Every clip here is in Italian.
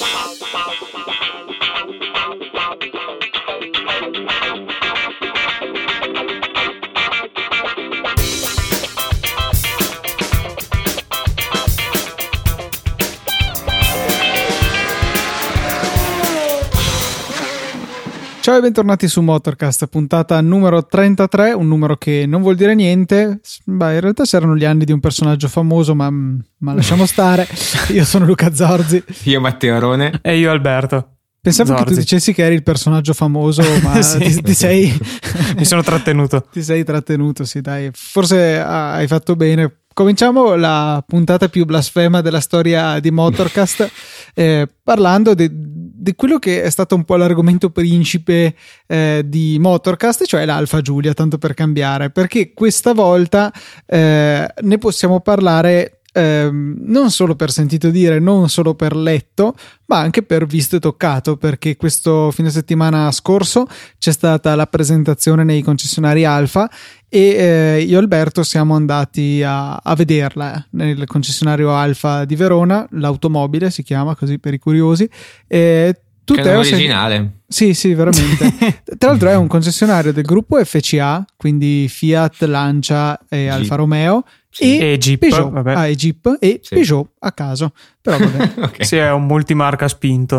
Ciao e bentornati su Motorcast, puntata numero 33, un numero che non vuol dire niente. Beh, in realtà c'erano gli anni di un personaggio famoso, ma lasciamo stare. Io sono Luca Zorzi. Io Matteo Arone. E io Alberto. Pensavo Zorzi. che tu dicessi che eri il personaggio famoso, ma Sì. ti sei... Mi sono trattenuto. Ti sei trattenuto, sì, dai. Forse hai fatto bene. Cominciamo la puntata più blasfema della storia di Motorcast parlando di quello che è stato un po' l'argomento principe di Motorcast, cioè l'Alfa Giulia, tanto per cambiare, perché questa volta ne possiamo parlare non solo per sentito dire, non solo per letto, ma anche per visto e toccato, perché questo fine settimana scorso c'è stata la presentazione nei concessionari Alfa e io e Alberto siamo andati a vederla nel concessionario Alfa di Verona, l'automobile si chiama così per i curiosi. Tu che è originale. Sì, veramente. Tra l'altro è un concessionario del gruppo FCA, quindi Fiat, Lancia e Alfa Romeo. Sì. E Jeep, Peugeot, vabbè. e Jeep e sì. Peugeot a caso, però vabbè. Okay. Sì, è un multimarca spinto.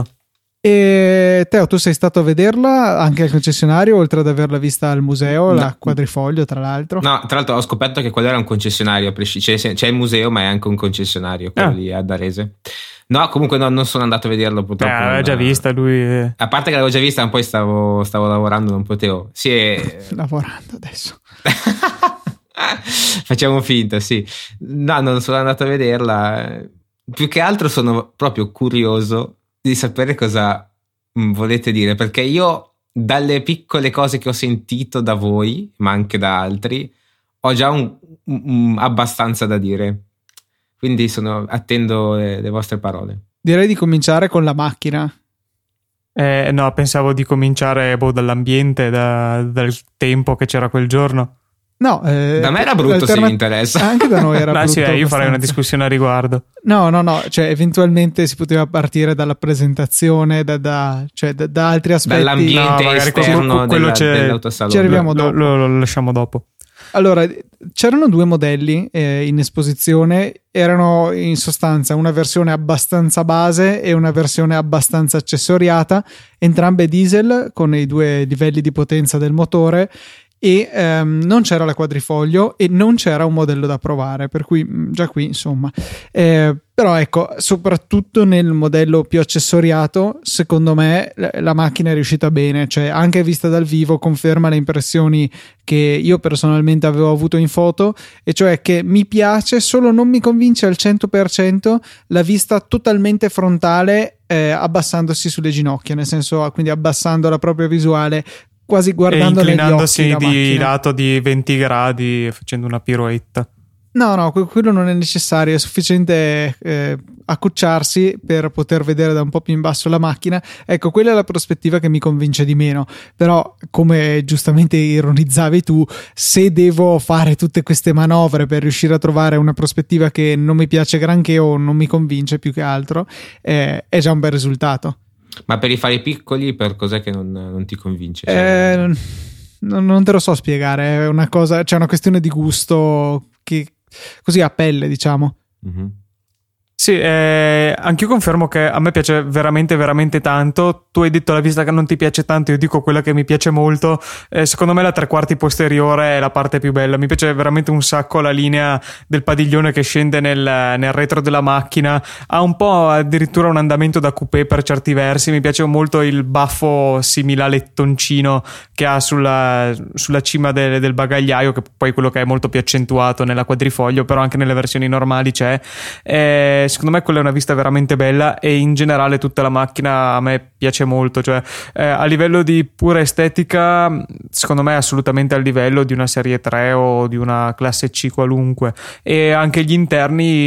E Teo, tu sei stato a vederla anche al concessionario, oltre ad averla vista al museo, la Quadrifoglio tra l'altro? No, tra l'altro ho scoperto che quello era un concessionario, c'è il museo ma è anche un concessionario, quello lì ad Arese. No, comunque non sono andato a vederlo purtroppo. L'aveva già vista lui. A parte che l'avevo già vista, poi stavo lavorando, non potevo. Sì, lavorando adesso. Facciamo finta, sì. No, non sono andato a vederla. Più che altro sono proprio curioso di sapere cosa volete dire, perché io dalle piccole cose che ho sentito da voi, ma anche da altri, ho già abbastanza da dire. Quindi attendo le vostre parole. Direi di cominciare con la macchina. No, pensavo di cominciare dall'ambiente, dal tempo che c'era quel giorno. No, da me era brutto, se mi interessa. Anche da noi era brutto. Sì, io farei una discussione a riguardo. No, cioè eventualmente si poteva partire dalla presentazione, da altri aspetti. Dall'ambiente esterno dell'autosalone. Ci arriviamo dopo. Lo lasciamo dopo. Allora, c'erano due modelli in esposizione, erano in sostanza una versione abbastanza base e una versione abbastanza accessoriata, entrambe diesel con i due livelli di potenza del motore, e non c'era la quadrifoglio e non c'era un modello da provare, per cui già qui insomma però ecco, soprattutto nel modello più accessoriato secondo me la macchina è riuscita bene, cioè anche vista dal vivo conferma le impressioni che io personalmente avevo avuto in foto, e cioè che mi piace, solo non mi convince al 100% la vista totalmente frontale abbassandosi sulle ginocchia, nel senso, quindi abbassando la propria visuale, quasi guardando negli occhi inclinandosi la di macchina. lato di 20 gradi facendo una piroetta. No, quello non è necessario, è sufficiente accucciarsi per poter vedere da un po' più in basso la macchina. Ecco, quella è la prospettiva che mi convince di meno, però come giustamente ironizzavi tu, se devo fare tutte queste manovre per riuscire a trovare una prospettiva che non mi piace granché o non mi convince più che altro, è già un bel risultato. Ma per i fari piccoli, per cos'è che non ti convince? Non te lo so spiegare, è una cosa, c'è una questione di gusto che così a pelle, diciamo. Mm-hmm. Sì, anch'io confermo che a me piace veramente veramente tanto. Tu hai detto la vista che non ti piace tanto, io dico quella che mi piace molto. Secondo me la tre quarti posteriore è la parte più bella, mi piace veramente un sacco la linea del padiglione che scende nel retro della macchina, ha un po' addirittura un andamento da coupé per certi versi. Mi piace molto il baffo simile a lettoncino che ha sulla cima del bagagliaio, che poi è quello che è molto più accentuato nella quadrifoglio, però anche nelle versioni normali c'è. Secondo me quella è una vista veramente bella, e in generale tutta la macchina a me piace molto, cioè a livello di pura estetica secondo me è assolutamente al livello di una serie 3 o di una classe C qualunque, e anche gli interni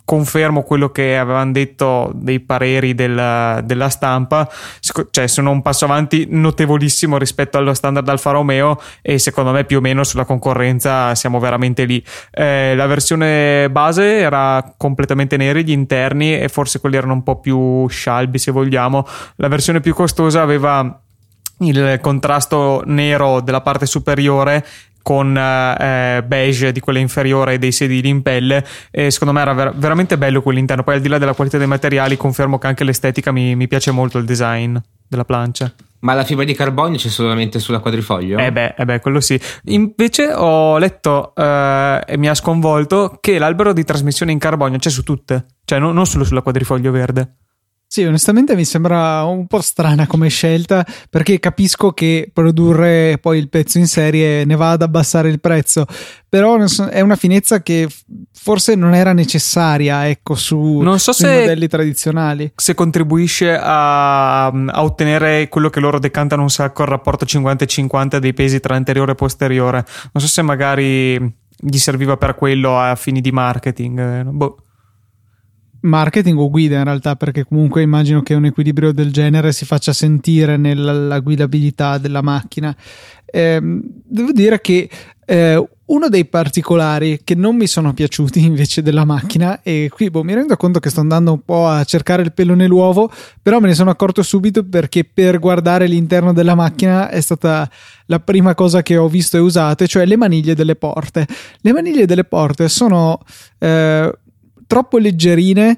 confermo quello che avevano detto dei pareri della stampa, cioè sono un passo avanti notevolissimo rispetto allo standard Alfa Romeo, e secondo me più o meno sulla concorrenza siamo veramente lì. La versione base era completamente neri gli interni, e forse quelli erano un po' più scialbi se vogliamo. La versione più costosa aveva il contrasto nero della parte superiore con beige di quella inferiore e dei sedili in pelle, e secondo me era veramente bello quell'interno. Poi al di là della qualità dei materiali confermo che anche l'estetica mi piace molto, il design della plancia. Ma la fibra di carbonio c'è solamente sulla quadrifoglio? Beh, quello sì. Invece ho letto e mi ha sconvolto che l'albero di trasmissione in carbonio c'è su tutte, cioè non solo sulla quadrifoglio verde. Sì, onestamente mi sembra un po' strana come scelta, perché capisco che produrre poi il pezzo in serie ne va ad abbassare il prezzo, però è una finezza che forse non era necessaria, ecco, sui modelli tradizionali. Se contribuisce a ottenere quello che loro decantano un sacco, il rapporto 50-50 dei pesi tra anteriore e posteriore. Non so se magari gli serviva per quello a fini di marketing, marketing o guida in realtà, perché comunque immagino che un equilibrio del genere si faccia sentire nella guidabilità della macchina. Devo dire che uno dei particolari che non mi sono piaciuti invece della macchina, e qui mi rendo conto che sto andando un po' a cercare il pelo nell'uovo, però me ne sono accorto subito, perché per guardare l'interno della macchina è stata la prima cosa che ho visto e usato, cioè le maniglie delle porte. Le maniglie delle porte sono troppo leggerine,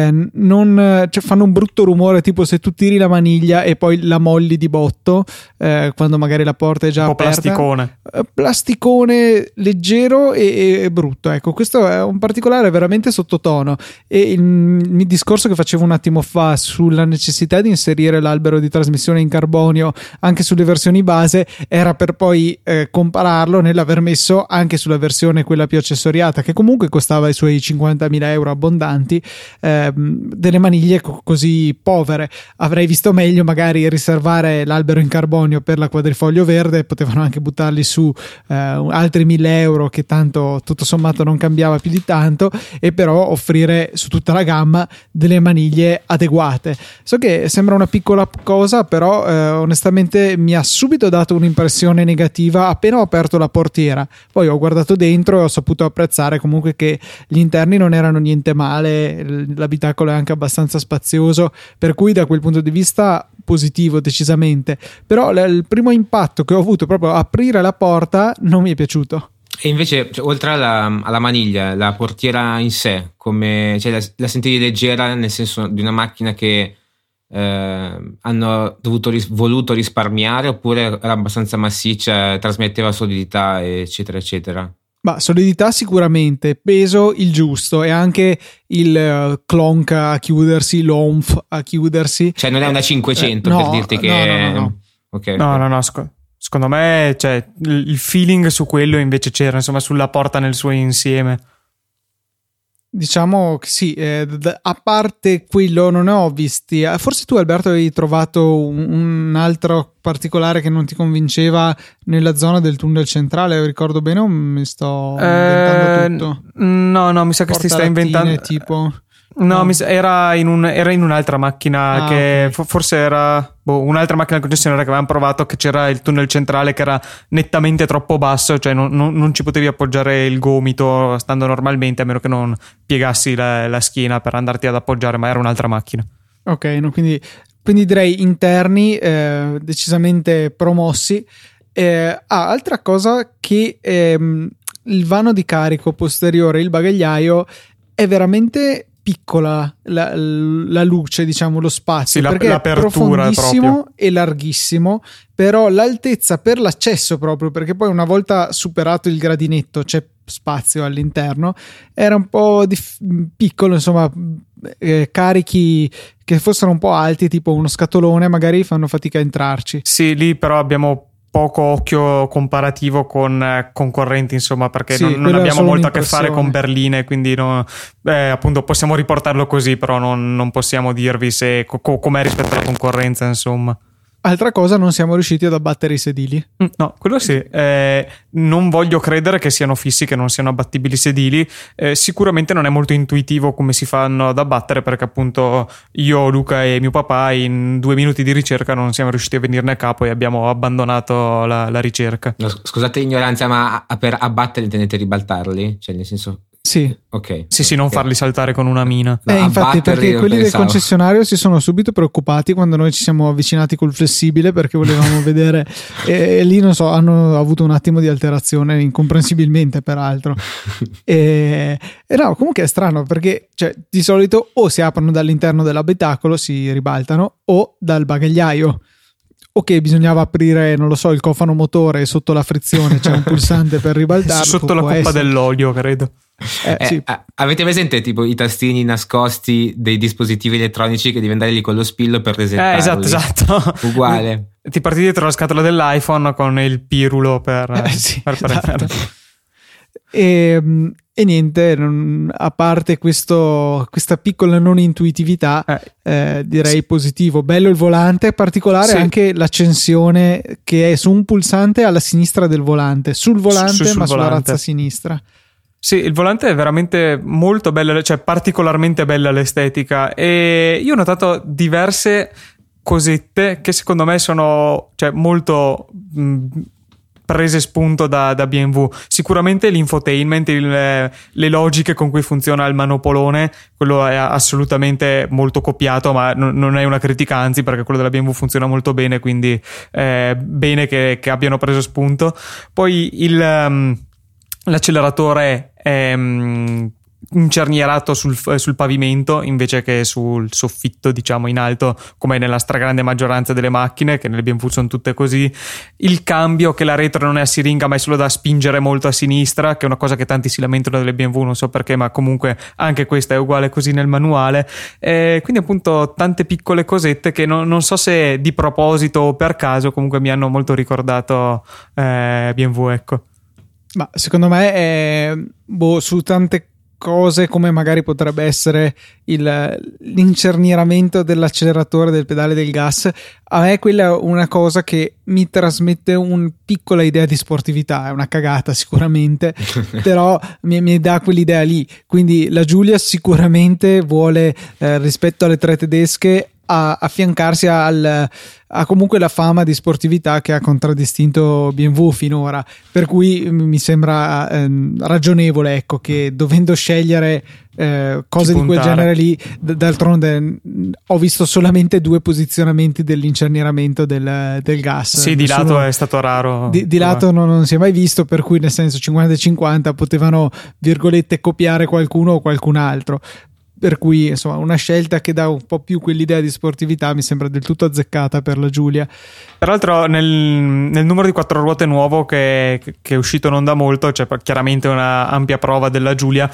fanno un brutto rumore, tipo se tu tiri la maniglia e poi la molli di botto, quando magari la porta è già un po' aperta. Plasticone leggero e brutto. Ecco, questo è un particolare veramente sottotono, e il discorso che facevo un attimo fa sulla necessità di inserire l'albero di trasmissione in carbonio anche sulle versioni base era per poi compararlo nell'aver messo anche sulla versione quella più accessoriata, che comunque costava i suoi 50.000 euro abbondanti, delle maniglie così povere. Avrei visto meglio magari riservare l'albero in carbonio per la quadrifoglio verde, potevano anche buttarli su altri 1.000 euro, che tanto tutto sommato non cambiava più di tanto, e però offrire su tutta la gamma delle maniglie adeguate. So che sembra una piccola cosa, però onestamente mi ha subito dato un'impressione negativa appena ho aperto la portiera. Poi ho guardato dentro e ho saputo apprezzare comunque che gli interni non erano niente male, l'abitacolo è anche abbastanza spazioso, per cui da quel punto di vista positivo decisamente. Però il primo impatto che ho avuto proprio aprire la porta non mi è piaciuto. E invece, cioè, oltre alla maniglia, la portiera in sé, come, cioè, la sentivi leggera, nel senso di una macchina che hanno voluto risparmiare, oppure era abbastanza massiccia, trasmetteva solidità, eccetera eccetera? Ma solidità sicuramente, peso il giusto, e anche il clonk a chiudersi, l'onf a chiudersi. Cioè non è una 500 no, per dirti che... No. Okay. No. Secondo me, cioè, il feeling su quello invece c'era, insomma, sulla porta nel suo insieme. Diciamo che sì, a parte quello non ne ho visti. Forse tu, Alberto, avevi trovato un altro particolare che non ti convinceva nella zona del tunnel centrale, ricordo bene o mi sto inventando tutto? No, mi sa che ti stai inventando tipo... No, era in un'altra macchina, che okay. Forse era un'altra macchina concessionaria che avevamo provato, che c'era il tunnel centrale che era nettamente troppo basso, cioè non ci potevi appoggiare il gomito stando normalmente, a meno che non piegassi la schiena per andarti ad appoggiare, ma era un'altra macchina. Ok, no, quindi direi interni decisamente promossi. Altra cosa che il vano di carico posteriore, il bagagliaio, è veramente piccola la luce, diciamo, lo spazio, sì, perché è profondissimo proprio. E larghissimo, però l'altezza per l'accesso, proprio perché poi una volta superato il gradinetto c'è spazio all'interno, era un po' piccolo, insomma. Carichi che fossero un po' alti, tipo uno scatolone, magari fanno fatica a entrarci. Sì, lì però abbiamo poco occhio comparativo con concorrenti, insomma, perché sì, non abbiamo molto a che fare con berline, quindi appunto possiamo riportarlo così, però non possiamo dirvi se com'è rispetto alla concorrenza, insomma. Altra cosa, non siamo riusciti ad abbattere i sedili. No, quello sì. Non voglio credere che siano fissi, che non siano abbattibili i sedili. Sicuramente non è molto intuitivo come si fanno ad abbattere, perché appunto io, Luca e mio papà in 2 minuti di ricerca non siamo riusciti a venirne a capo e abbiamo abbandonato la ricerca. No, scusate l'ignoranza, ma per abbatterli intendete ribaltarli? Cioè, nel senso... Sì. Ok. Sì, non farli saltare con una mina. No, infatti, perché quelli del pensavo. concessionario si sono subito preoccupati quando noi ci siamo avvicinati col flessibile, perché volevamo vedere, e lì non so, hanno avuto un attimo di alterazione, incomprensibilmente peraltro. E no, comunque è strano, perché cioè, di solito o si aprono dall'interno dell'abitacolo, si ribaltano, o dal bagagliaio. O che bisognava aprire, non lo so, il cofano motore, sotto la frizione c'è un pulsante per ribaltarlo. Sotto la coppa dell'olio, credo. Sì. Avete presente tipo i tastini nascosti dei dispositivi elettronici che devi andare lì con lo spillo per resettarli? Esatto. Uguale. Ti parti dietro la scatola dell'iPhone con il pirulo per sì, per esatto. E niente, a parte questa piccola non intuitività, direi sì. Positivo. Bello il volante, particolare sì. Anche l'accensione che è su un pulsante alla sinistra del volante, sul volante ma sulla razza sinistra. Sì, il volante è veramente molto bello, cioè particolarmente bella l'estetica, e io ho notato diverse cosette che secondo me sono molto prese spunto da BMW. Sicuramente l'infotainment, le logiche con cui funziona il manopolone, quello è assolutamente molto copiato, ma non è una critica, anzi, perché quello della BMW funziona molto bene, quindi bene che abbiano preso spunto. Poi l'acceleratore è incernierato sul pavimento invece che sul soffitto, diciamo, in alto, come nella stragrande maggioranza delle macchine, che nelle BMW sono tutte così. Il cambio, che la retro non è a siringa ma è solo da spingere molto a sinistra, che è una cosa che tanti si lamentano delle BMW, non so perché, ma comunque anche questa è uguale così nel manuale. Quindi appunto tante piccole cosette che non so se di proposito o per caso comunque mi hanno molto ricordato BMW, ecco. Ma secondo me è su tante cose, come magari potrebbe essere l'incernieramento dell'acceleratore del pedale del gas, a me quella è una cosa che mi trasmette una piccola idea di sportività. È una cagata sicuramente, però mi dà quell'idea lì. Quindi la Giulia sicuramente vuole, rispetto alle 3 tedesche, affiancarsi a comunque la fama di sportività che ha contraddistinto BMW finora, per cui mi sembra ragionevole, ecco, che dovendo scegliere cose di quel genere lì, d'altronde ho visto solamente 2 posizionamenti dell'incernieramento del gas. Sì, di lato è stato raro. Di lato non si è mai visto, per cui nel senso 50-50 potevano, virgolette, copiare qualcuno o qualcun altro. Per cui insomma una scelta che dà un po' più quell'idea di sportività mi sembra del tutto azzeccata per la Giulia. Peraltro nel numero di 4 ruote nuovo che è uscito non da molto, c'è chiaramente una ampia prova della Giulia,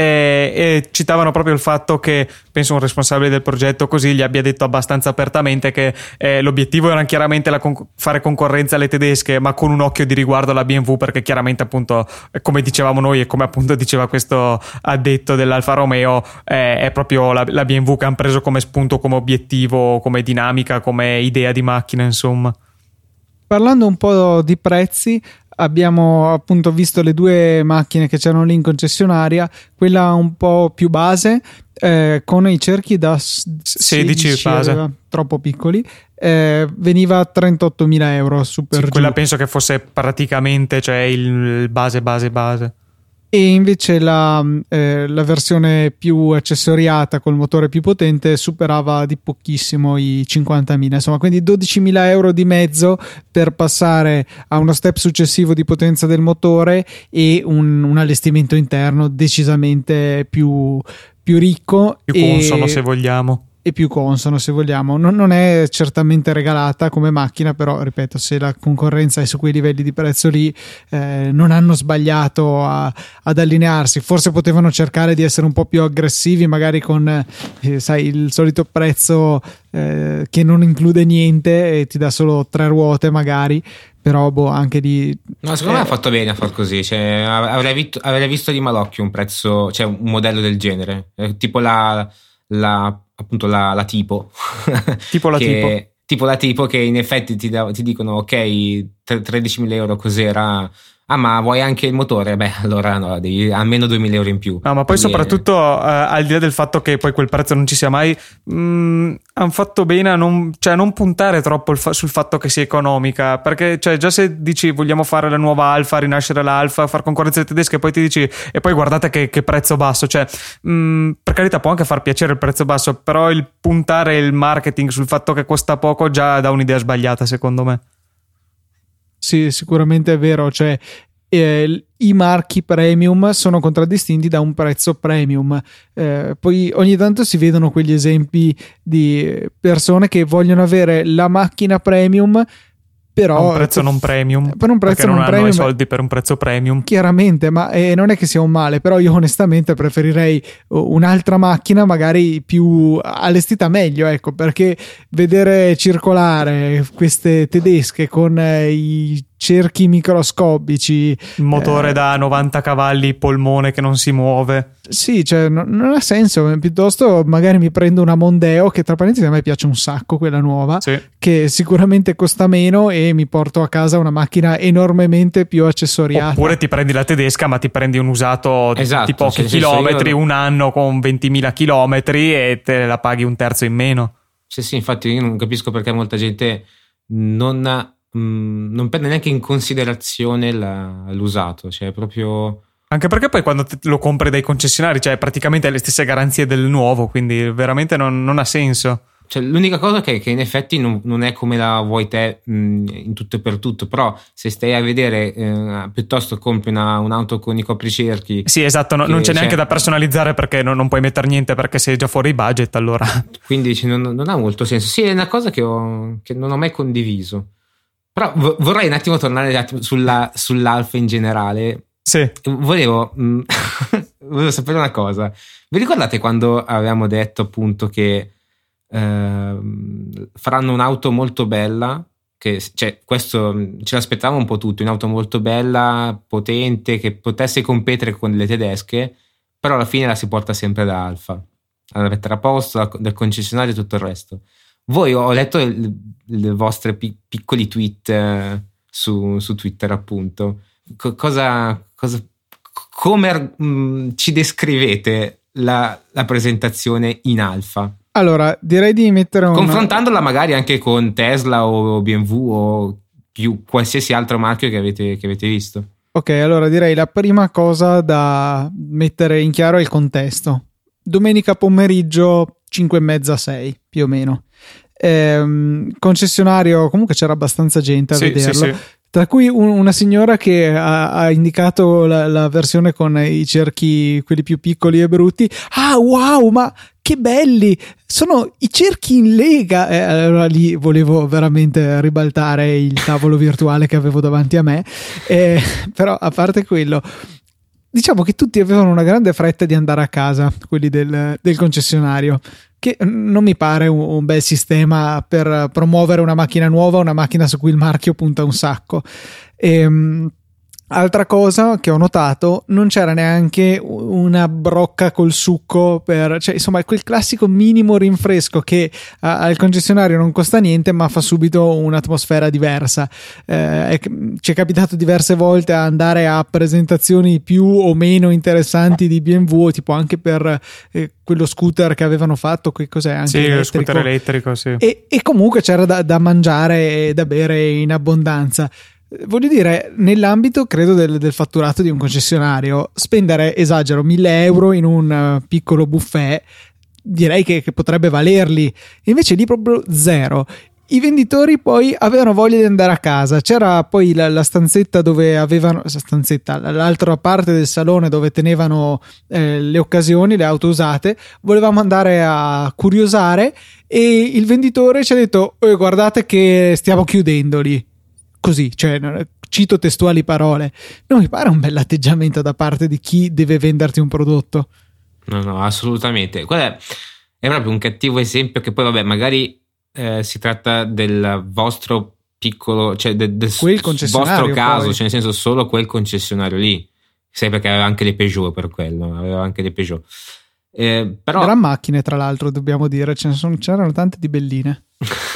e citavano proprio il fatto che, penso un responsabile del progetto così gli abbia detto abbastanza apertamente che l'obiettivo era chiaramente fare concorrenza alle tedesche, ma con un occhio di riguardo alla BMW, perché chiaramente appunto, come dicevamo noi e come appunto diceva questo addetto dell'Alfa Romeo, è proprio la BMW che hanno preso come spunto, come obiettivo, come dinamica, come idea di macchina, insomma. Parlando un po' di prezzi, abbiamo appunto visto le 2 macchine che c'erano lì in concessionaria, quella un po' più base, con i cerchi da 16 base, troppo piccoli, veniva a 38.000 euro super giù. Quella penso che fosse praticamente il base. E invece la versione più accessoriata col motore più potente superava di pochissimo i 50.000, insomma, quindi 12.000 euro di mezzo per passare a uno step successivo di potenza del motore e un allestimento interno decisamente più ricco, più consono, se vogliamo. E più consono, se vogliamo. Non è certamente regalata come macchina, però ripeto, se la concorrenza è su quei livelli di prezzo lì, non hanno sbagliato ad allinearsi. Forse potevano cercare di essere un po' più aggressivi, magari con sai, il solito prezzo che non include niente e ti dà solo 3 ruote magari, però anche di no, secondo me ha fatto bene a far così, cioè, avrei visto di malocchio un prezzo, cioè un modello del genere, tipo appunto la tipo tipo la tipo tipo la tipo che in effetti ti dicono ok, 13.000 euro cos'era? Ah, ma vuoi anche il motore? Beh, allora no, devi almeno 2.000 euro in più. No, ma poi soprattutto al di là del fatto che poi quel prezzo non ci sia mai, hanno fatto bene a non puntare troppo sul fatto che sia economica, perché cioè, già se dici vogliamo fare la nuova Alfa, rinascere l'Alfa, far concorrenza ai tedeschi, e poi ti dici e poi guardate che prezzo basso, cioè per carità può anche far piacere il prezzo basso, però il puntare il marketing sul fatto che costa poco già dà un'idea sbagliata, secondo me. Sì, sicuramente è vero, cioè i marchi premium sono contraddistinti da un prezzo premium, poi ogni tanto si vedono quegli esempi di persone che vogliono avere la macchina premium però a un prezzo non premium, per un prezzo non hanno premium, i soldi per un prezzo premium, chiaramente, ma non è che sia un male, però io onestamente preferirei un'altra macchina magari più allestita meglio, ecco, perché vedere circolare queste tedesche con i cerchi microscopici, il motore da 90 cavalli, polmone che non si muove, sì, cioè non ha senso. Piuttosto magari mi prendo una Mondeo, che tra parentesi a me piace un sacco, quella nuova, sì, che sicuramente costa meno e mi porto a casa una macchina enormemente più accessoriata. Oppure ti prendi la tedesca ma ti prendi un usato di pochi chilometri, un anno con 20.000 chilometri e te la paghi un terzo in meno. Sì, infatti io non capisco perché molta gente non prende neanche in considerazione l'usato, cioè proprio... Anche perché poi quando lo compri dai concessionari, cioè praticamente hai le stesse garanzie del nuovo, quindi veramente non ha senso. Cioè, l'unica cosa che in effetti non è come la vuoi te in tutto e per tutto, però se stai a vedere piuttosto compri un'auto con i copricerchi. Sì, esatto, non c'è neanche da personalizzare perché non puoi mettere niente perché sei già fuori budget, allora. Quindi non ha molto senso. Sì, è una cosa che non ho mai condiviso. Però vorrei un attimo tornare sull'Alfa in generale. Sì. Volevo sapere una cosa. Vi ricordate quando avevamo detto appunto che faranno un'auto molto bella, che cioè, questo ce l'aspettavamo un po' tutti, un'auto molto bella, potente, che potesse competere con le tedesche, però alla fine la si porta sempre da Alfa, alla mettere a posto del concessionario e tutto il resto. Voi, ho letto le vostre piccoli tweet su Twitter, appunto. Come ci descrivete la presentazione in Alfa? Allora, direi di mettere confrontandola magari anche con Tesla o BMW o qualsiasi altro marchio che avete visto. Ok, allora direi la prima cosa da mettere in chiaro è il contesto. Domenica pomeriggio 5:30-6 più o meno. Concessionario, comunque c'era abbastanza gente a vederlo. Sì. Tra cui una signora che ha indicato la versione con i cerchi, quelli più piccoli e brutti. Ah, wow, ma che belli! Sono i cerchi in lega. Allora lì volevo veramente ribaltare il tavolo virtuale che avevo davanti a me. Però a parte quello, diciamo che tutti avevano una grande fretta di andare a casa, quelli del concessionario, che non mi pare un bel sistema per promuovere una macchina nuova, una macchina su cui il marchio punta un sacco. Altra cosa che ho notato, non c'era neanche una brocca col succo cioè insomma quel classico minimo rinfresco che al concessionario non costa niente ma fa subito un'atmosfera diversa. Ci è capitato diverse volte a andare a presentazioni più o meno interessanti di BMW, tipo anche per quello scooter che avevano fatto, che cos'è? Anche sì, lo scooter elettrico, sì. E comunque c'era da mangiare e da bere in abbondanza. Voglio dire, nell'ambito credo del fatturato di un concessionario, spendere, esagero, 1.000 euro in un piccolo buffet direi che potrebbe valerli, invece lì proprio zero. I venditori poi avevano voglia di andare a casa. C'era poi la stanzetta dove avevano l'altra parte del salone dove tenevano le occasioni, le auto usate. Volevamo andare a curiosare e il venditore ci ha detto guardate che stiamo chiudendoli. Così, cioè, cito testuali parole. Non mi pare un bell'atteggiamento da parte di chi deve venderti un prodotto. No, assolutamente. Quello è proprio un cattivo esempio che poi, vabbè, magari si tratta del vostro piccolo, cioè del vostro caso, poi. Cioè nel senso solo quel concessionario lì. Sai, perché aveva anche le Peugeot per quello, aveva anche le Peugeot. Però... Gran macchine, tra l'altro, dobbiamo dire, c'erano tante di belline.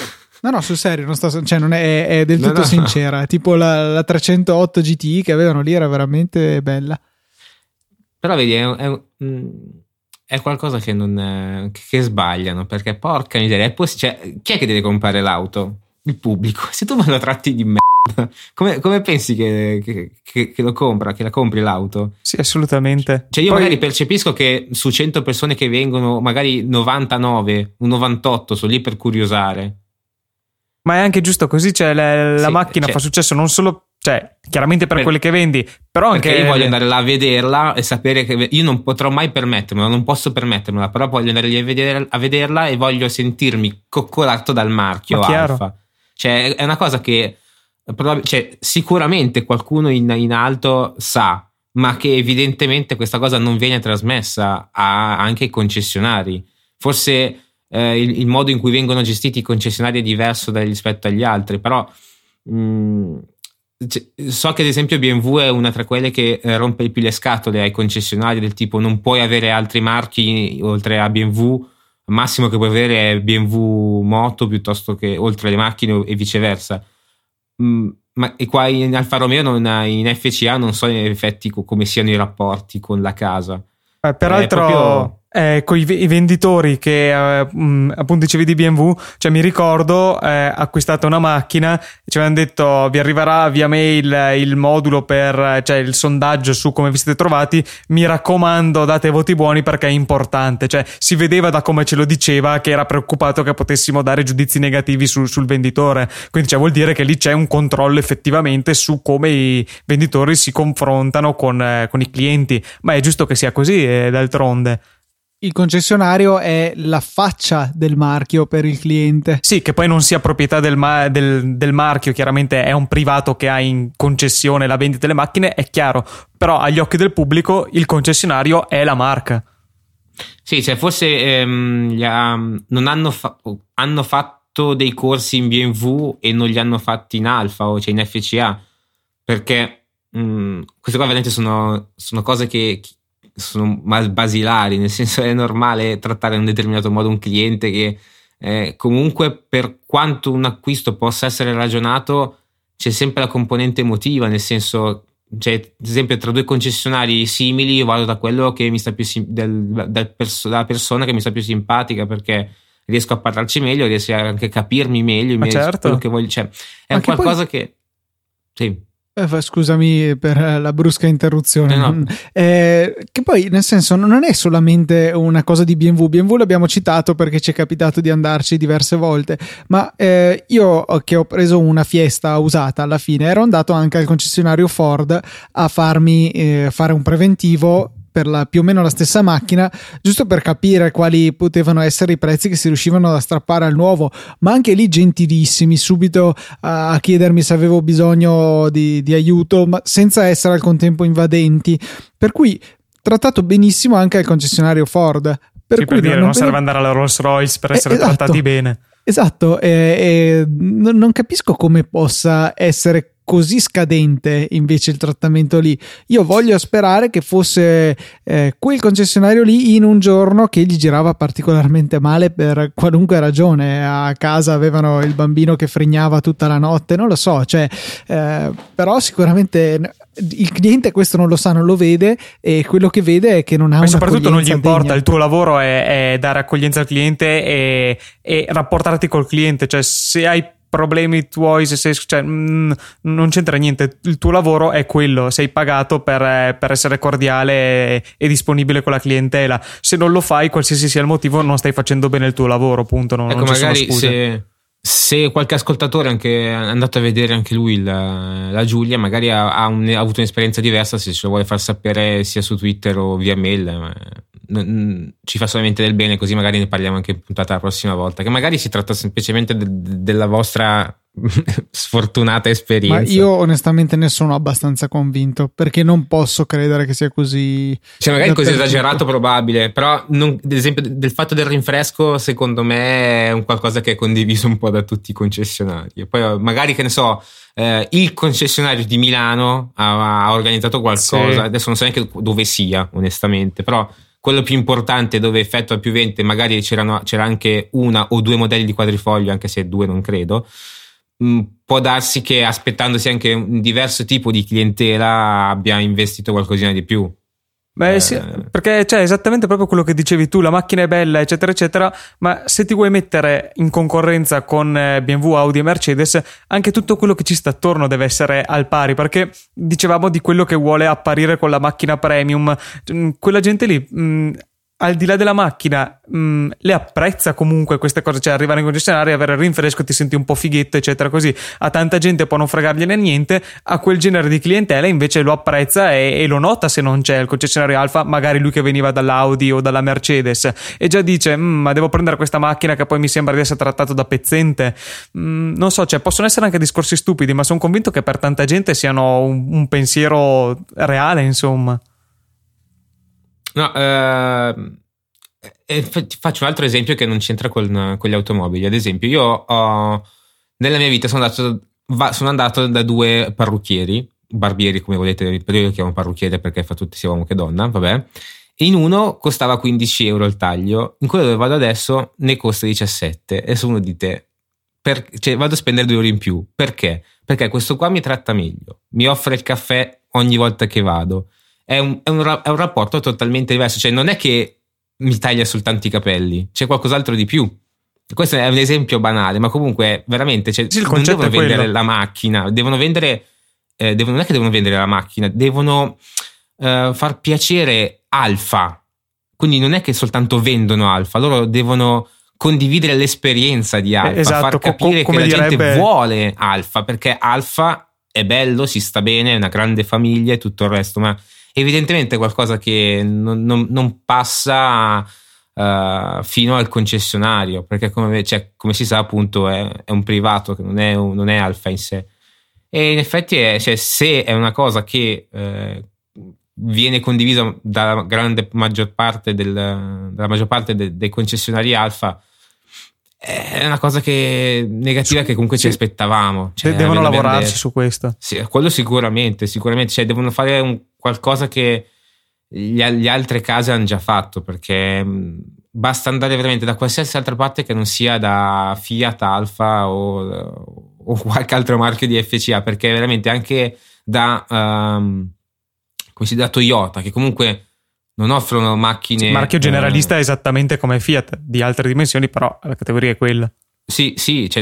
No, sul serio, non è del tutto sincera. Tipo la 308 GTI che avevano lì era veramente bella. Però vedi, è qualcosa che non che sbagliano, perché porca miseria, cioè, chi è che deve comprare l'auto? Il pubblico. Se tu me lo tratti di merda, come pensi che lo compra, che la compri l'auto? Sì, assolutamente. Cioè io magari percepisco che su 100 persone che vengono, magari 99, un 98 sono lì per curiosare. Ma è anche giusto così, cioè la macchina fa successo non solo, cioè chiaramente per quelle che vendi, però anche perché io voglio andare là a vederla e sapere che io non potrò mai permettermela, non posso permettermela, però voglio andare lì a vederla e voglio sentirmi coccolato dal marchio Alfa. Cioè è una cosa che sicuramente qualcuno in alto sa, ma che evidentemente questa cosa non viene trasmessa anche ai concessionari. Forse il modo in cui vengono gestiti i concessionari è diverso rispetto agli altri, però so che ad esempio BMW è una tra quelle che rompe più le scatole ai concessionari, del tipo non puoi avere altri marchi oltre a BMW, al massimo che puoi avere è BMW Moto piuttosto che oltre le macchine e viceversa. Ma e qua in Alfa Romeo in FCA non so in effetti come siano i rapporti con la casa. Peraltro con i venditori che appunto dicevi di BMW, cioè mi ricordo acquistate una macchina, ci avevano detto vi arriverà via mail il modulo per il sondaggio su come vi siete trovati, mi raccomando date voti buoni perché è importante, cioè si vedeva da come ce lo diceva che era preoccupato che potessimo dare giudizi negativi sul venditore, quindi vuol dire che lì c'è un controllo effettivamente su come i venditori si confrontano con i clienti, ma è giusto che sia così, d'altronde. Il concessionario è la faccia del marchio per il cliente. Sì, che poi non sia proprietà del marchio, chiaramente è un privato che ha in concessione la vendita delle macchine, è chiaro, però agli occhi del pubblico il concessionario è la marca. Sì, cioè forse non hanno fatto dei corsi in BMW e non li hanno fatti in Alfa o in FCA, perché queste qua veramente sono cose che sono basilari, nel senso è normale trattare in un determinato modo un cliente che comunque per quanto un acquisto possa essere ragionato c'è sempre la componente emotiva, nel senso cioè, ad esempio tra due concessionari simili io vado da quello che mi sta più dalla persona che mi sta più simpatica perché riesco a parlarci meglio, riesco anche a capirmi meglio quello che voglio, cioè è un qualcosa che sì. Scusami per la brusca interruzione. No. Che poi nel senso non è solamente una cosa di BMW l'abbiamo citato perché ci è capitato di andarci diverse volte, ma io che ho preso una Fiesta usata alla fine ero andato anche al concessionario Ford a farmi fare un preventivo per più o meno la stessa macchina, giusto per capire quali potevano essere i prezzi che si riuscivano a strappare al nuovo, ma anche lì gentilissimi, subito a chiedermi se avevo bisogno di aiuto, ma senza essere al contempo invadenti, per cui trattato benissimo anche al concessionario Ford. Non serve andare alla Rolls Royce per essere trattati bene. Esatto, non capisco come possa essere così scadente invece il trattamento lì. Io voglio sperare che fosse quel concessionario lì in un giorno che gli girava particolarmente male per qualunque ragione, a casa avevano il bambino che fregnava tutta la notte, non lo so, però sicuramente il cliente questo non lo sa, non lo vede, e quello che vede è che non ha una soprattutto non gli importa degna. Il tuo lavoro è dare accoglienza al cliente e rapportarti col cliente, cioè se hai problemi tuoi, non c'entra niente, il tuo lavoro è quello, sei pagato per essere cordiale e disponibile con la clientela, se non lo fai qualsiasi sia il motivo non stai facendo bene il tuo lavoro, punto. Non ci sono scuse. Se qualche ascoltatore anche è andato a vedere anche lui la Giulia, magari ha avuto un'esperienza diversa, se ce lo vuole far sapere sia su Twitter o via mail, ci fa solamente del bene, così magari ne parliamo anche in puntata la prossima volta, che magari si tratta semplicemente della vostra sfortunata esperienza. Ma io onestamente ne sono abbastanza convinto, perché non posso credere che sia così, cioè magari così esagerato probabile, però ad esempio del fatto del rinfresco secondo me è un qualcosa che è condiviso un po' da tutti i concessionari, e poi magari che ne so il concessionario di Milano ha organizzato qualcosa, sì. Adesso non so neanche dove sia onestamente, però quello più importante dove effettua più vendite, magari c'era anche una o due modelli di quadrifoglio, anche se due non credo. Può darsi che aspettandosi anche un diverso tipo di clientela abbia investito qualcosina di più. Beh sì, perché c'è esattamente proprio quello che dicevi tu, la macchina è bella eccetera eccetera, ma se ti vuoi mettere in concorrenza con BMW, Audi e Mercedes, anche tutto quello che ci sta attorno deve essere al pari, perché dicevamo di quello che vuole apparire con la macchina premium, quella gente lì al di là della macchina le apprezza comunque queste cose, cioè arrivare in concessionario, avere il rinfresco, ti senti un po' fighetto eccetera così. A tanta gente può non fregargliene niente, a quel genere di clientela invece lo apprezza e lo nota se non c'è il concessionario Alfa, magari lui che veniva dall'Audi o dalla Mercedes e già dice ma devo prendere questa macchina che poi mi sembra di essere trattato da pezzente. Non so, cioè possono essere anche discorsi stupidi, ma sono convinto che per tanta gente siano un pensiero reale, insomma. No, ti faccio un altro esempio che non c'entra con gli automobili. Ad esempio, io nella mia vita sono andato da due parrucchieri, barbieri come volete, però io lo chiamo parrucchiere perché fa tutti sia uomo che donna, vabbè. In uno costava 15 euro il taglio, in quello dove vado adesso ne costa 17. E se uno dite, cioè, vado a spendere 2 euro in più, perché? Perché questo qua mi tratta meglio, mi offre il caffè ogni volta che vado. È un rapporto totalmente diverso, cioè non è che mi taglia soltanto i capelli, c'è qualcos'altro di più. Questo è un esempio banale, ma comunque veramente sì, non devono vendere la macchina, devono vendere non è che devono vendere la macchina, devono far piacere Alfa, quindi non è che soltanto vendono Alfa, loro devono condividere l'esperienza di Alfa, esatto, far capire che la gente vuole Alfa, perché Alfa è bello, si sta bene, è una grande famiglia e tutto il resto, ma evidentemente è qualcosa che non passa fino al concessionario, perché come si sa appunto è un privato che non è Alfa in sé, e in effetti se è una cosa che viene condivisa dalla grande maggior parte dei concessionari Alfa, è una cosa negativa che comunque ci aspettavamo, cioè, devono lavorarci su questo. Sì, quello sicuramente, cioè devono fare qualcosa che gli altre case hanno già fatto, perché basta andare veramente da qualsiasi altra parte che non sia da Fiat, Alfa o qualche altro marchio di FCA, perché veramente anche da Toyota, che comunque non offrono macchine. Marchio generalista esattamente come Fiat, di altre dimensioni, però la categoria è quella. Sì, cioè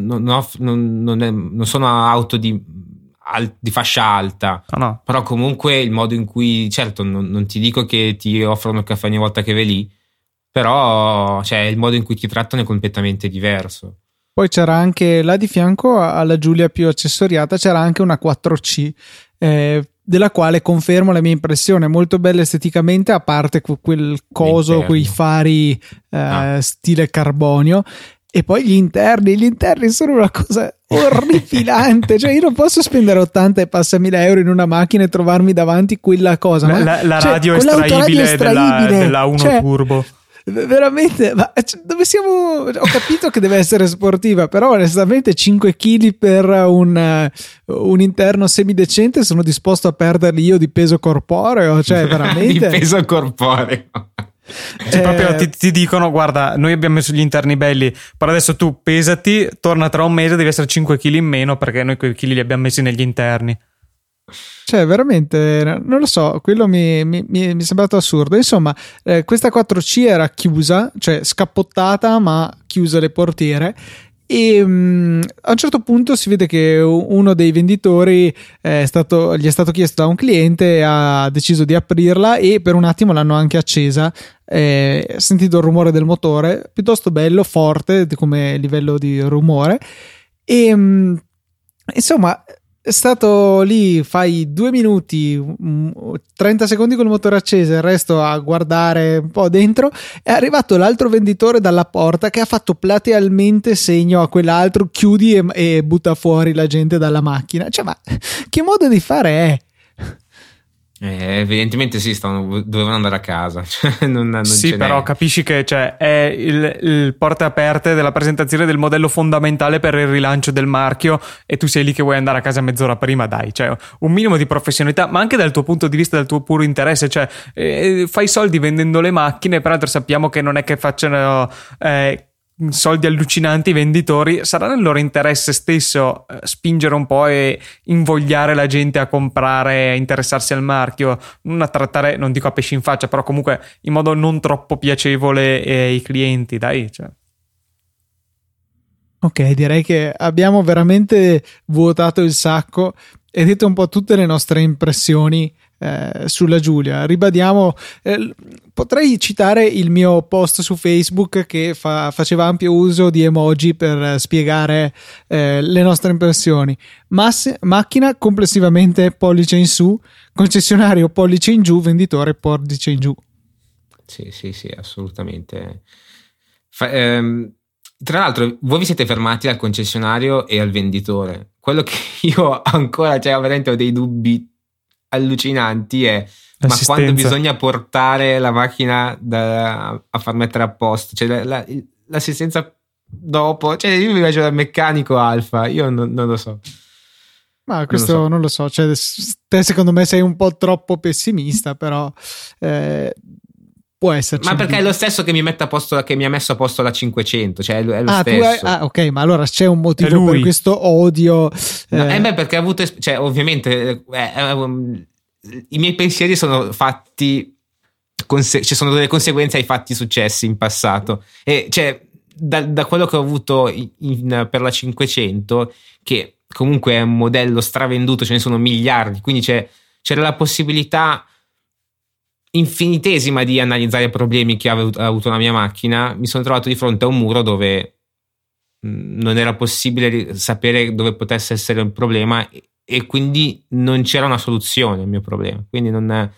non sono auto di fascia alta, no. Però comunque il modo in cui, certo, non ti dico che ti offrono il caffè ogni volta che vai lì, però cioè, il modo in cui ti trattano è completamente diverso. Poi c'era anche là di fianco alla Giulia più accessoriata, c'era anche una 4C, della quale confermo la mia impressione, molto bella esteticamente, a parte quel coso, quei fari stile carbonio, e poi gli interni sono una cosa orripilante, cioè io non posso spendere 80 e passa mila euro in una macchina e trovarmi davanti quella cosa, la radio estraibile della 1 Turbo. Veramente, ma dove siamo? Ho capito che deve essere sportiva, però onestamente 5 kg per un interno semidecente sono disposto a perderli io di peso corporeo, cioè veramente di peso corporeo. Cioè, proprio ti dicono guarda, noi abbiamo messo gli interni belli, però adesso tu pesati, torna tra un mese, devi essere 5 kg in meno perché noi quei chili li abbiamo messi negli interni. Cioè veramente non lo so, quello mi è sembrato assurdo. Insomma, questa 4C era chiusa, cioè scappottata ma chiusa le portiere, e a un certo punto si vede che uno dei venditori gli è stato chiesto da un cliente, ha deciso di aprirla e per un attimo l'hanno anche accesa. Sentito il rumore del motore, piuttosto bello, forte come livello di rumore, e insomma è stato lì, fai 2 minuti, 30 secondi con il motore acceso, il resto a guardare un po' dentro. È arrivato l'altro venditore dalla porta che ha fatto platealmente segno a quell'altro, chiudi e butta fuori la gente dalla macchina. Cioè, ma che modo di fare è? Evidentemente sì, dovevano andare a casa. Cioè, non sì, però capisci che è il porte aperte della presentazione del modello fondamentale per il rilancio del marchio e tu sei lì che vuoi andare a casa mezz'ora prima, dai, cioè un minimo di professionalità, ma anche dal tuo punto di vista, dal tuo puro interesse, cioè fai soldi vendendo le macchine, peraltro sappiamo che non è che facciano soldi allucinanti i venditori, sarà nel loro interesse stesso spingere un po' e invogliare la gente a comprare, a interessarsi al marchio, non a trattare, non dico a pesci in faccia, però comunque in modo non troppo piacevole i clienti, dai, cioè. Ok, direi che abbiamo veramente vuotato il sacco e detto un po' tutte le nostre impressioni sulla Giulia. Ribadiamo, potrei citare il mio post su Facebook che faceva ampio uso di emoji per spiegare le nostre impressioni. Macchina complessivamente pollice in su, concessionario pollice in giù, venditore pollice in giù. Sì, assolutamente. Tra l'altro, voi vi siete fermati al concessionario e al venditore. Quello che io ancora, cioè, veramente ho dei dubbi allucinanti è: ma quando bisogna portare la macchina a far mettere a posto, cioè l'assistenza dopo, cioè io mi faccio dal meccanico Alfa, io non lo so. Ma questo non lo so, cioè, te secondo me sei un po' troppo pessimista, però può esserci. Ma perché è lo stesso che mi mette a posto, che mi ha messo a posto la 500, cioè è lo stesso. Ok, ma allora c'è un motivo per questo odio. No, perché ha avuto, cioè ovviamente i miei pensieri sono fatti, ci sono delle conseguenze ai fatti successi in passato, e cioè da quello che ho avuto per la 500, che comunque è un modello stravenduto, ce ne sono miliardi, quindi c'era la possibilità infinitesima di analizzare i problemi che ha avuto la mia macchina. Mi sono trovato di fronte a un muro dove non era possibile sapere dove potesse essere il problema, e quindi non c'era una soluzione al mio problema. Quindi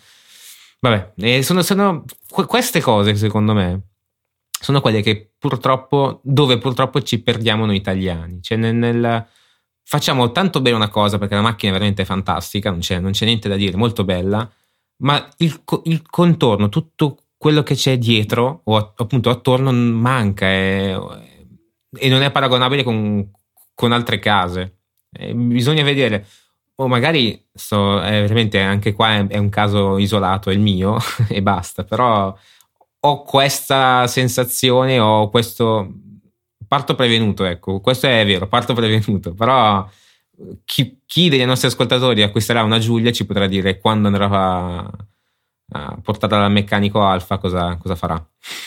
vabbè, sono queste cose, secondo me, sono quelle che purtroppo ci perdiamo noi italiani. Cioè facciamo tanto bene una cosa, perché la macchina è veramente fantastica, non c'è niente da dire, molto bella, ma il contorno, tutto quello che c'è dietro o appunto attorno manca, e non è paragonabile con altre case. Bisogna vedere, o magari veramente anche qua è un caso isolato, è il mio e basta, però ho questa sensazione, ho questo parto prevenuto, ecco, questo è vero, parto prevenuto, però chi dei nostri ascoltatori acquisterà una Giulia ci potrà dire quando andrà a portarla dal meccanico Alfa cosa farà.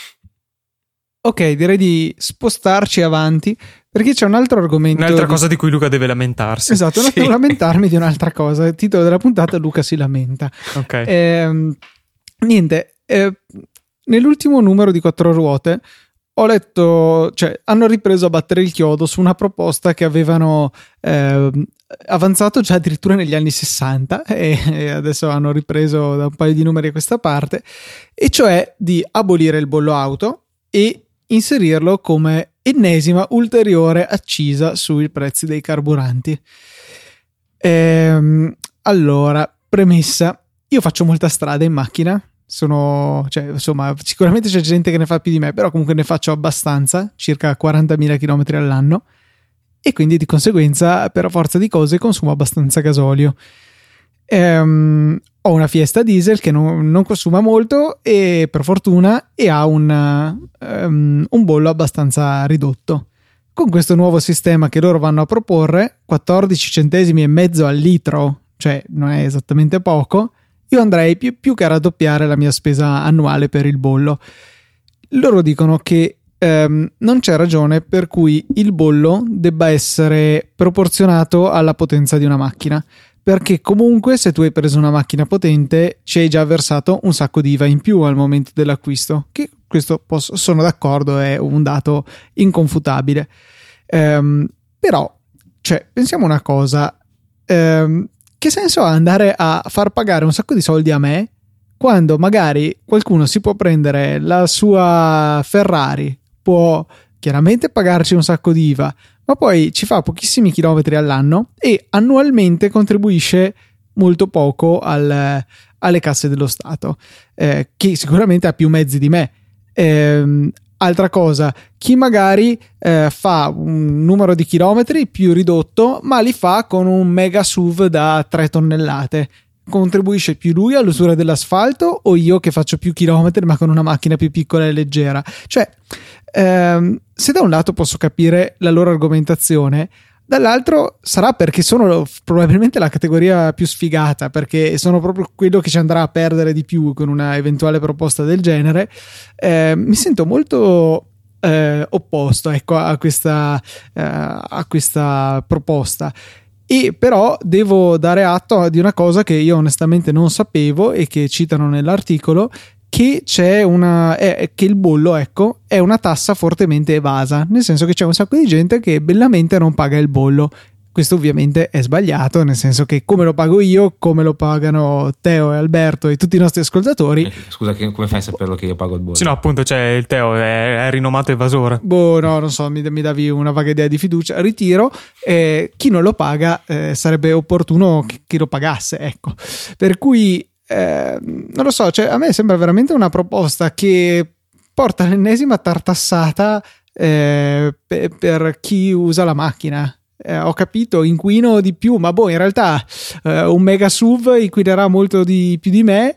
Ok, direi di spostarci avanti, perché c'è un altro argomento. Un'altra cosa di cui Luca deve lamentarsi. Esatto, devo lamentarmi di un'altra cosa. Il titolo della puntata: Luca si lamenta. Ok. Niente, nell'ultimo numero di Quattro Ruote ho letto, cioè hanno ripreso a battere il chiodo su una proposta che avevano avanzato già addirittura negli anni 60 e adesso hanno ripreso da un paio di numeri a questa parte, e cioè di abolire il bollo auto e inserirlo come ennesima ulteriore accisa sui prezzi dei carburanti. Allora, premessa: io faccio molta strada in macchina, cioè, insomma, sicuramente c'è gente che ne fa più di me, però comunque ne faccio abbastanza, circa 40.000 km all'anno, e quindi di conseguenza per forza di cose consumo abbastanza gasolio. Ho una Fiesta diesel che non consuma molto, e per fortuna, e ha un bollo abbastanza ridotto. Con questo nuovo sistema che loro vanno a proporre, 14 centesimi e mezzo al litro, cioè non è esattamente poco, io andrei più che a raddoppiare la mia spesa annuale per il bollo. Loro dicono che non c'è ragione per cui il bollo debba essere proporzionato alla potenza di una macchina, perché comunque se tu hai preso una macchina potente ci hai già versato un sacco di IVA in più al momento dell'acquisto, che questo sono d'accordo, è un dato inconfutabile. Però, cioè, pensiamo una cosa: che senso ha andare a far pagare un sacco di soldi a me quando magari qualcuno si può prendere la sua Ferrari, può chiaramente pagarci un sacco di IVA, ma poi ci fa pochissimi chilometri all'anno e annualmente contribuisce molto poco al alle casse dello Stato, che sicuramente ha più mezzi di me. Altra cosa, chi magari fa un numero di chilometri più ridotto, ma li fa con un mega SUV da 3 tonnellate. Contribuisce più lui all'usura dell'asfalto o io che faccio più chilometri ma con una macchina più piccola e leggera? Cioè, se da un lato posso capire la loro argomentazione, dall'altro sarà perché sono probabilmente la categoria più sfigata, perché sono proprio quello che ci andrà a perdere di più con una eventuale proposta del genere. Mi sento molto opposto, ecco, a questa proposta. E però devo dare atto di una cosa che io onestamente non sapevo e che citano nell'articolo, che c'è che il bollo, ecco, è una tassa fortemente evasa, nel senso che c'è un sacco di gente che bellamente non paga il bollo. Questo ovviamente è sbagliato, nel senso che come lo pago io, come lo pagano Teo e Alberto e tutti i nostri ascoltatori. Scusa, come fai a saperlo che io pago il bollo? Sì, no, appunto, cioè il Teo è rinomato evasore. No, non so, mi davi una vaga idea di fiducia. Ritiro. Chi non lo paga sarebbe opportuno che lo pagasse, ecco. Per cui non lo so, cioè, a me sembra veramente una proposta che porta l'ennesima tartassata per chi usa la macchina. Ho capito, inquino di più, ma in realtà un mega SUV inquinerà molto di più di me,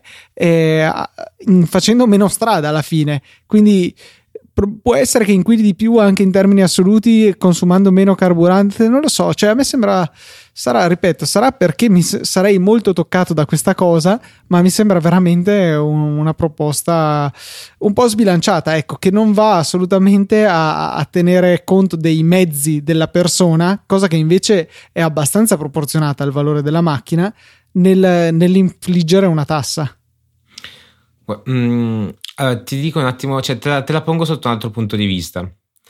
facendo meno strada alla fine, quindi può essere che inquini di più anche in termini assoluti consumando meno carburante, non lo so, cioè a me sembra, sarà perché sarei molto toccato da questa cosa, ma mi sembra veramente una proposta un po' sbilanciata, ecco, che non va assolutamente a tenere conto dei mezzi della persona, cosa che invece è abbastanza proporzionata al valore della macchina, nell'infliggere una tassa. Ti dico un attimo, cioè te la pongo sotto un altro punto di vista.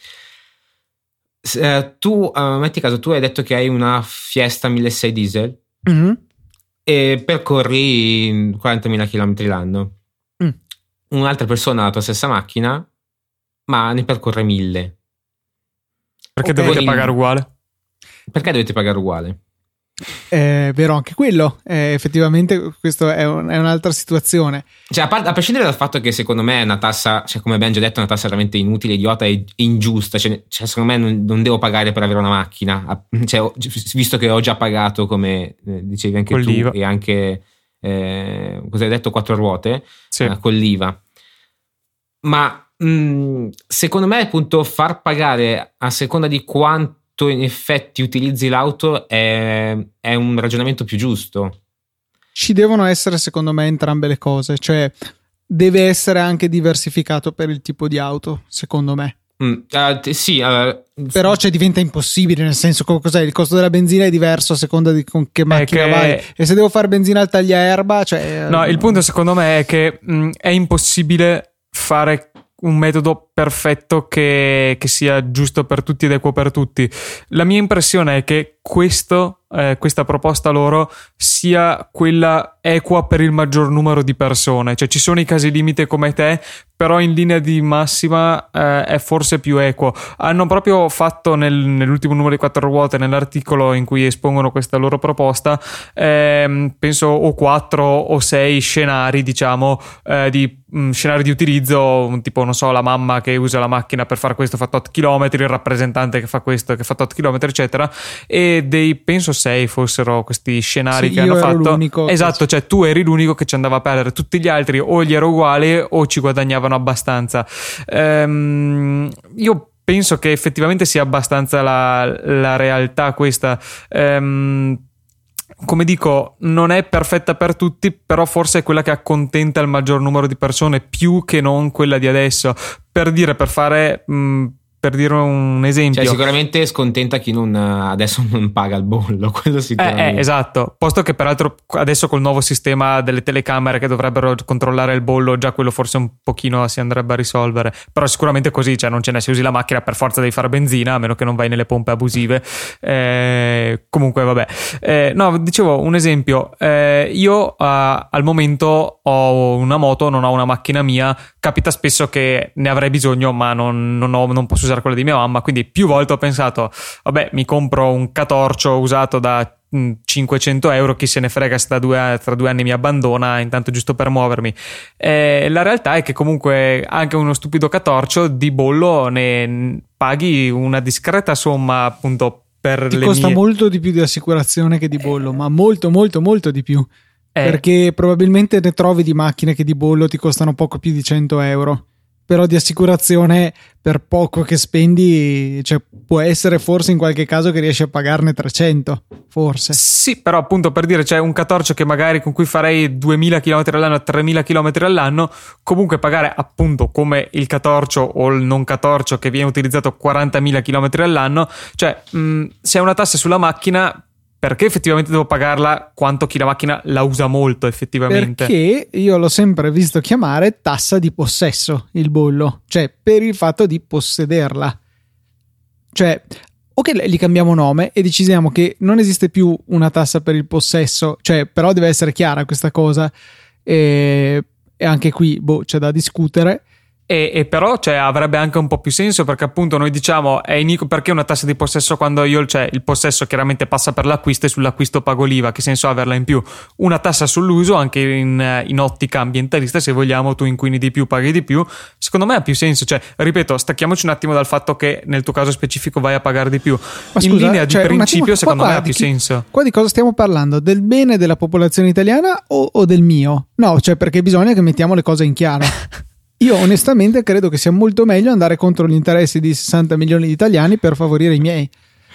Tu, metti caso, tu hai detto che hai una Fiesta 1600 diesel, mm-hmm, e percorri 40.000 km l'anno. Un'altra persona ha la tua stessa macchina, ma ne percorre 1.000. Perché dovete pagare uguale? Perché dovete pagare uguale? È vero anche quello, effettivamente questo è un'altra situazione, cioè a prescindere dal fatto che secondo me è una tassa, cioè come abbiamo già detto, è una tassa veramente inutile, idiota e ingiusta, cioè secondo me non devo pagare per avere una macchina, cioè, visto che ho già pagato, come dicevi anche con tu l'IVA. E anche cosa hai detto, 4 ruote, sì, con l'IVA, ma secondo me appunto far pagare a seconda di quanto in effetti utilizzi l'auto è un ragionamento più giusto. Ci devono essere secondo me entrambe le cose, cioè deve essere anche diversificato per il tipo di auto, secondo me. Sì, però diventa impossibile, nel senso, cos'è, il costo della benzina è diverso a seconda di con che macchina vai, e se devo fare benzina al tagliaerba, cioè no, il punto secondo me è che è impossibile fare un metodo perfetto che sia giusto per tutti ed equo per tutti. La mia impressione è che questa proposta loro sia quella equa per il maggior numero di persone, cioè ci sono i casi limite come te, però in linea di massima è forse più equo. Hanno proprio fatto nell'ultimo numero di 4 ruote, nell'articolo in cui espongono questa loro proposta, penso o 4 o 6 scenari, diciamo, di scenari di utilizzo, tipo non so, la mamma che usa la macchina per fare questo fa tot chilometri, il rappresentante che fa questo che fa tot chilometri, eccetera, e penso 6 fossero questi scenari, sì, che hanno fatto. Esatto, cioè tu eri l'unico che ci andava a perdere, tutti gli altri o gli era uguale o ci guadagnavano abbastanza. Io penso che effettivamente sia abbastanza la realtà questa. Come dico, non è perfetta per tutti, però forse è quella che accontenta il maggior numero di persone, più che non quella di adesso. Per dire un esempio, cioè sicuramente scontenta chi adesso non paga il bollo, quello sicuramente. Esatto, posto che peraltro adesso col nuovo sistema delle telecamere che dovrebbero controllare il bollo, già quello forse un pochino si andrebbe a risolvere, però sicuramente così, cioè non ce n'è, se usi la macchina per forza devi fare benzina, a meno che non vai nelle pompe abusive. Comunque vabbè, no, dicevo un esempio, io al momento ho una moto, non ho una macchina mia, capita spesso che ne avrei bisogno ma non posso usare quella di mia mamma, quindi più volte ho pensato vabbè, mi compro un catorcio usato da 500 euro, chi se ne frega se tra 2 anni mi abbandona, intanto giusto per muovermi. La realtà è che comunque anche uno stupido catorcio di bollo ne paghi una discreta somma, appunto, per ti le costa mie... molto di più di assicurazione che di bollo, ma molto molto molto di più, perché probabilmente ne trovi di macchine che di bollo ti costano poco più di 100 euro, però di assicurazione per poco che spendi, cioè può essere forse in qualche caso che riesci a pagarne 300, forse. Sì, però appunto per dire, c'è un catorcio che magari con cui farei 2000 km all'anno, 3000 km all'anno, comunque pagare appunto come il catorcio o il non catorcio che viene utilizzato 40.000 km all'anno, cioè se è una tassa sulla macchina, perché effettivamente devo pagarla quanto chi la macchina la usa molto effettivamente? Perché io l'ho sempre visto chiamare tassa di possesso il bollo, cioè per il fatto di possederla. Cioè, ok, gli cambiamo nome e decidiamo che non esiste più una tassa per il possesso, cioè però deve essere chiara questa cosa, e anche qui c'è da discutere. E però cioè, avrebbe anche un po' più senso, perché appunto noi diciamo è iniquo, perché una tassa di possesso quando il possesso chiaramente passa per l'acquisto e sull'acquisto pago l'IVA, che senso averla in più? Una tassa sull'uso anche in ottica ambientalista, se vogliamo, tu inquini di più, paghi di più, secondo me ha più senso, cioè ripeto, stacchiamoci un attimo dal fatto che nel tuo caso specifico vai a pagare di più, ma in linea di principio secondo me ha più senso. Qua di cosa stiamo parlando? Del bene della popolazione italiana o del mio? No, cioè perché bisogna che mettiamo le cose in chiaro. Io onestamente credo che sia molto meglio andare contro gli interessi di 60 milioni di italiani per favorire i miei.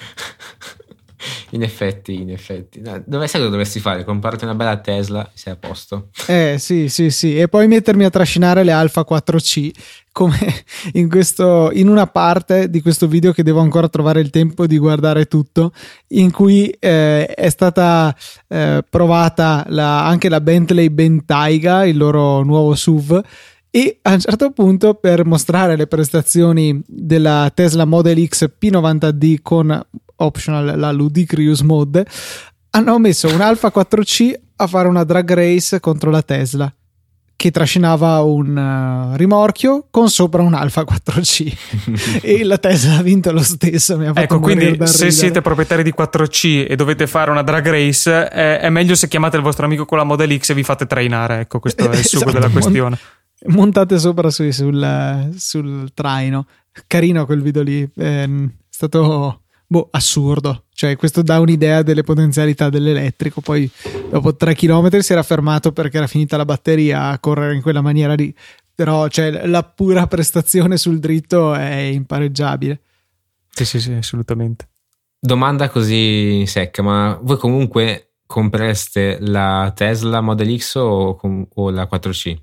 In effetti. No, sai cosa dovresti fare? Comprarti una bella Tesla, sei a posto. Sì. E poi mettermi a trascinare le Alfa 4C, come in una parte di questo video che devo ancora trovare il tempo di guardare tutto, in cui è stata provata anche la Bentley Bentayga, il loro nuovo SUV. E a un certo punto, per mostrare le prestazioni della Tesla Model X P90D con optional la Ludicrous Mode, hanno messo un Alfa 4C a fare una drag race contro la Tesla, che trascinava un rimorchio con sopra un Alfa 4C e la Tesla ha vinto lo stesso. Mi ha fatto ecco, quindi se ridere. Siete proprietari di 4C e dovete fare una drag race, è meglio se chiamate il vostro amico con la Model X e vi fate trainare. Ecco, questo è il succo della questione. Montate sopra sul traino. Carino quel video lì, è stato assurdo, cioè questo dà un'idea delle potenzialità dell'elettrico. Poi dopo 3 km si era fermato perché era finita la batteria a correre in quella maniera lì, però cioè, la pura prestazione sul dritto è impareggiabile. Sì, assolutamente. Domanda così secca, ma voi comunque compreste la Tesla Model X o la 4C?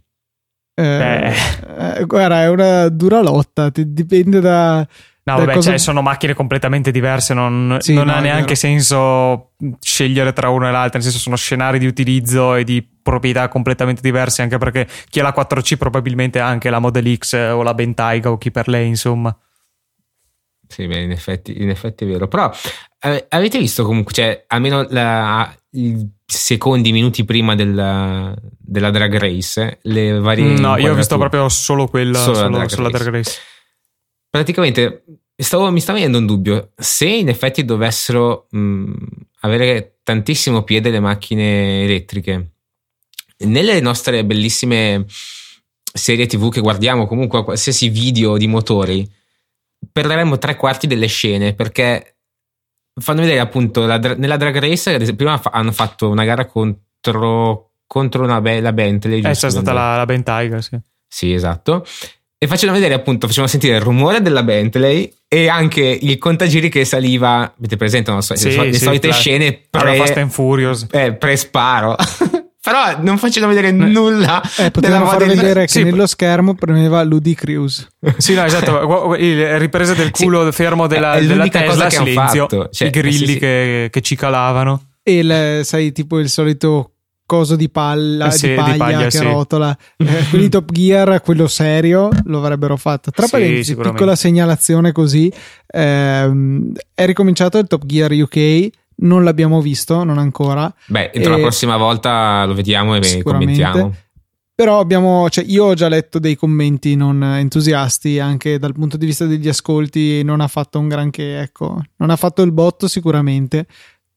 Guarda, è una dura lotta, dipende da... No, vabbè, cioè, sono macchine completamente diverse, non ha neanche senso scegliere tra una e l'altra, nel senso sono scenari di utilizzo e di proprietà completamente diverse, anche perché chi ha la 4C probabilmente ha anche la Model X o la Bentayga o chi per lei, insomma. Sì, beh, in effetti è vero, però avete visto comunque, cioè almeno i secondi minuti prima della drag race, le varie no, io ho visto proprio solo quella, solo la drag race. Praticamente mi stava venendo un dubbio se in effetti dovessero avere tantissimo piede le macchine elettriche nelle nostre bellissime serie TV che guardiamo, comunque qualsiasi video di motori, perderemmo 3/4 delle scene, perché fanno vedere appunto nella drag race prima hanno fatto una gara contro la Bentley, c'è stata la Bentayga, sì, esatto, e facevano sentire il rumore della Bentley e anche il contagiri che saliva. Avete presente le solite scene Fast and Furious, pre-sparo. Però non facevano vedere nulla. Potevano far vedere che nello schermo premeva Ludicrous. Sì, no, esatto. Riprese del culo fermo della Tesla, silenzio, cioè, i grilli che ci calavano. E sai, tipo il solito coso di paglia che rotola. Quelli Top Gear, quello serio, lo avrebbero fatto. Tra parentesi, piccola segnalazione così, è ricominciato il Top Gear UK. Non l'abbiamo visto, non ancora. Beh, entro la prossima volta lo vediamo e commentiamo. Però io ho già letto dei commenti non entusiasti, anche dal punto di vista degli ascolti non ha fatto un granché, ecco. Non ha fatto il botto sicuramente,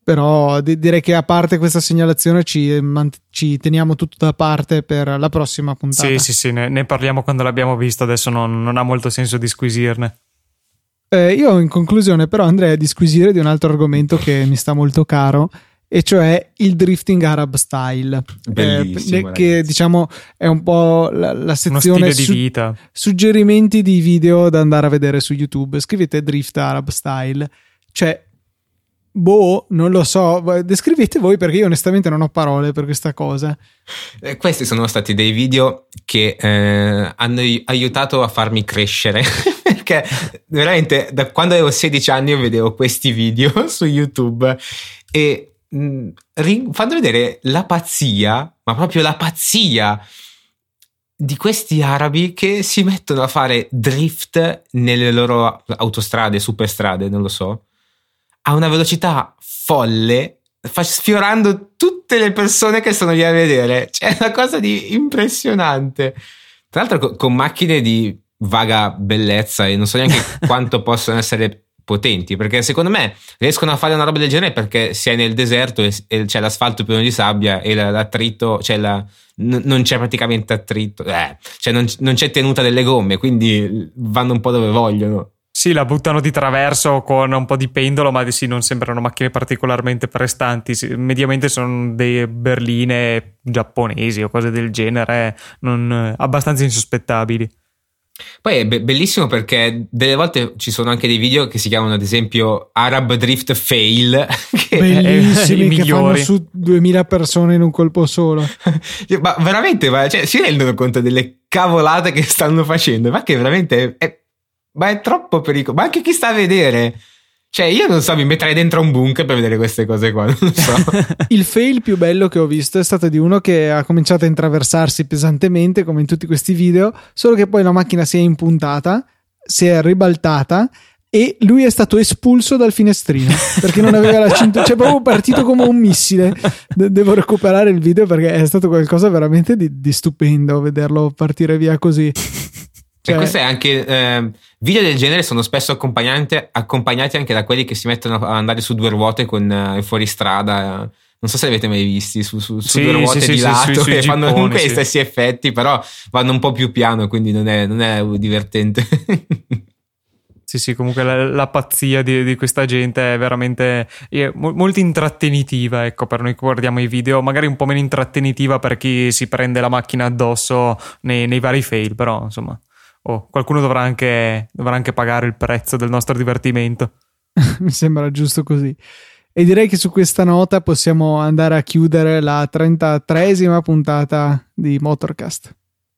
Però direi che a parte questa segnalazione ci teniamo tutto da parte per la prossima puntata. Sì, ne parliamo quando l'abbiamo visto, adesso non ha molto senso disquisirne. Io in conclusione però andrei a disquisire di un altro argomento che mi sta molto caro, e cioè il drifting Arab style. Bellissimo, che diciamo è un po' la sezione uno stile di vita, suggerimenti di video da andare a vedere su YouTube. Scrivete drift Arab style, cioè non lo so, descrivete voi, perché io onestamente non ho parole per questa cosa. Questi sono stati dei video che hanno aiutato a farmi crescere perché veramente da quando avevo 16 anni io vedevo questi video su YouTube e fanno vedere la pazzia, ma proprio la pazzia di questi arabi che si mettono a fare drift nelle loro autostrade, superstrade, non lo so, a una velocità folle, sfiorando tutte le persone che sono lì a vedere. Cioè, è una cosa di impressionante. Tra l'altro con macchine di vaga bellezza, e non so neanche quanto possono essere potenti, perché secondo me riescono a fare una roba del genere perché sei nel deserto e c'è l'asfalto pieno di sabbia e l'attrito, non c'è praticamente attrito, cioè non c'è tenuta delle gomme, quindi vanno un po' dove vogliono. Sì, la buttano di traverso con un po' di pendolo, ma sì, non sembrano macchine particolarmente prestanti. Mediamente sono dei berline giapponesi o cose del genere, abbastanza insospettabili. Poi è bellissimo perché delle volte ci sono anche dei video che si chiamano ad esempio Arab Drift Fail, che bellissimi, che fanno su 2000 persone in un colpo solo. Ma veramente, cioè, si rendono conto delle cavolate che stanno facendo, ma che veramente ma è troppo pericoloso. Ma anche chi sta a vedere, cioè io non so, mi metterei dentro un bunker per vedere queste cose qua, non so. Il fail più bello che ho visto è stato di uno che ha cominciato a intraversarsi pesantemente come in tutti questi video, solo che poi la macchina si è impuntata, si è ribaltata e lui è stato espulso dal finestrino perché non aveva la cintura, cioè proprio partito come un missile. Devo recuperare il video perché è stato qualcosa veramente di stupendo vederlo partire via così. Cioè, e questo è anche video del genere sono spesso accompagnati anche da quelli che si mettono a andare su due ruote con fuoristrada. Non so se li avete mai visti su due ruote di lato, che fanno comunque gli stessi effetti, però vanno un po' più piano, quindi non è divertente. Sì, comunque la pazzia di questa gente è veramente molto intrattenitiva, ecco, per noi che guardiamo i video, magari un po' meno intrattenitiva per chi si prende la macchina addosso nei vari fail, però insomma qualcuno dovrà anche pagare il prezzo del nostro divertimento. Mi sembra giusto così. E direi che su questa nota possiamo andare a chiudere la 33esima puntata di Motorcast.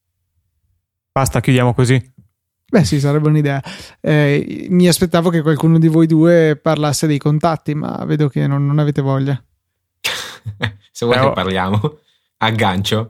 Basta, chiudiamo così. Beh sì, sarebbe un'idea. Mi aspettavo che qualcuno di voi due parlasse dei contatti, ma vedo che non avete voglia. Se vuoi parliamo. Aggancia.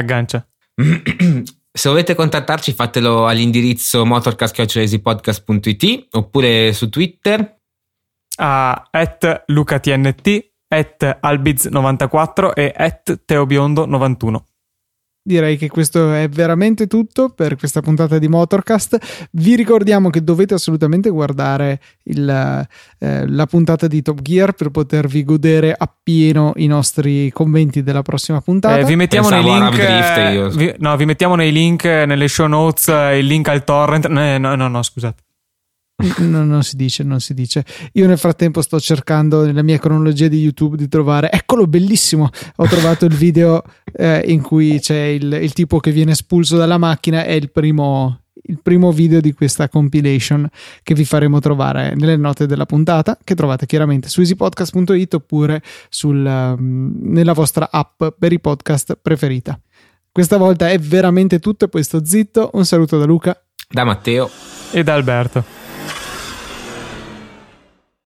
Se volete contattarci fatelo all'indirizzo motorcast@easypodcast.it oppure su Twitter a @lucatnt, @albiz94 e @teobiondo91. Direi che questo è veramente tutto per questa puntata di Motorcast. Vi ricordiamo che dovete assolutamente guardare la puntata di Top Gear per potervi godere appieno i nostri commenti della prossima puntata. Vi mettiamo nei link. Vi mettiamo nei link nelle show notes il link al torrent. No, scusate. Non si dice. Io nel frattempo sto cercando nella mia cronologia di YouTube di trovare, eccolo, bellissimo, ho trovato il video in cui c'è il tipo che viene espulso dalla macchina. È il primo video di questa compilation che vi faremo trovare nelle note della puntata, che trovate chiaramente su easypodcast.it oppure nella vostra app per i podcast preferita. Questa volta è veramente tutto e poi sto zitto. Un saluto da Luca, da Matteo e da Alberto.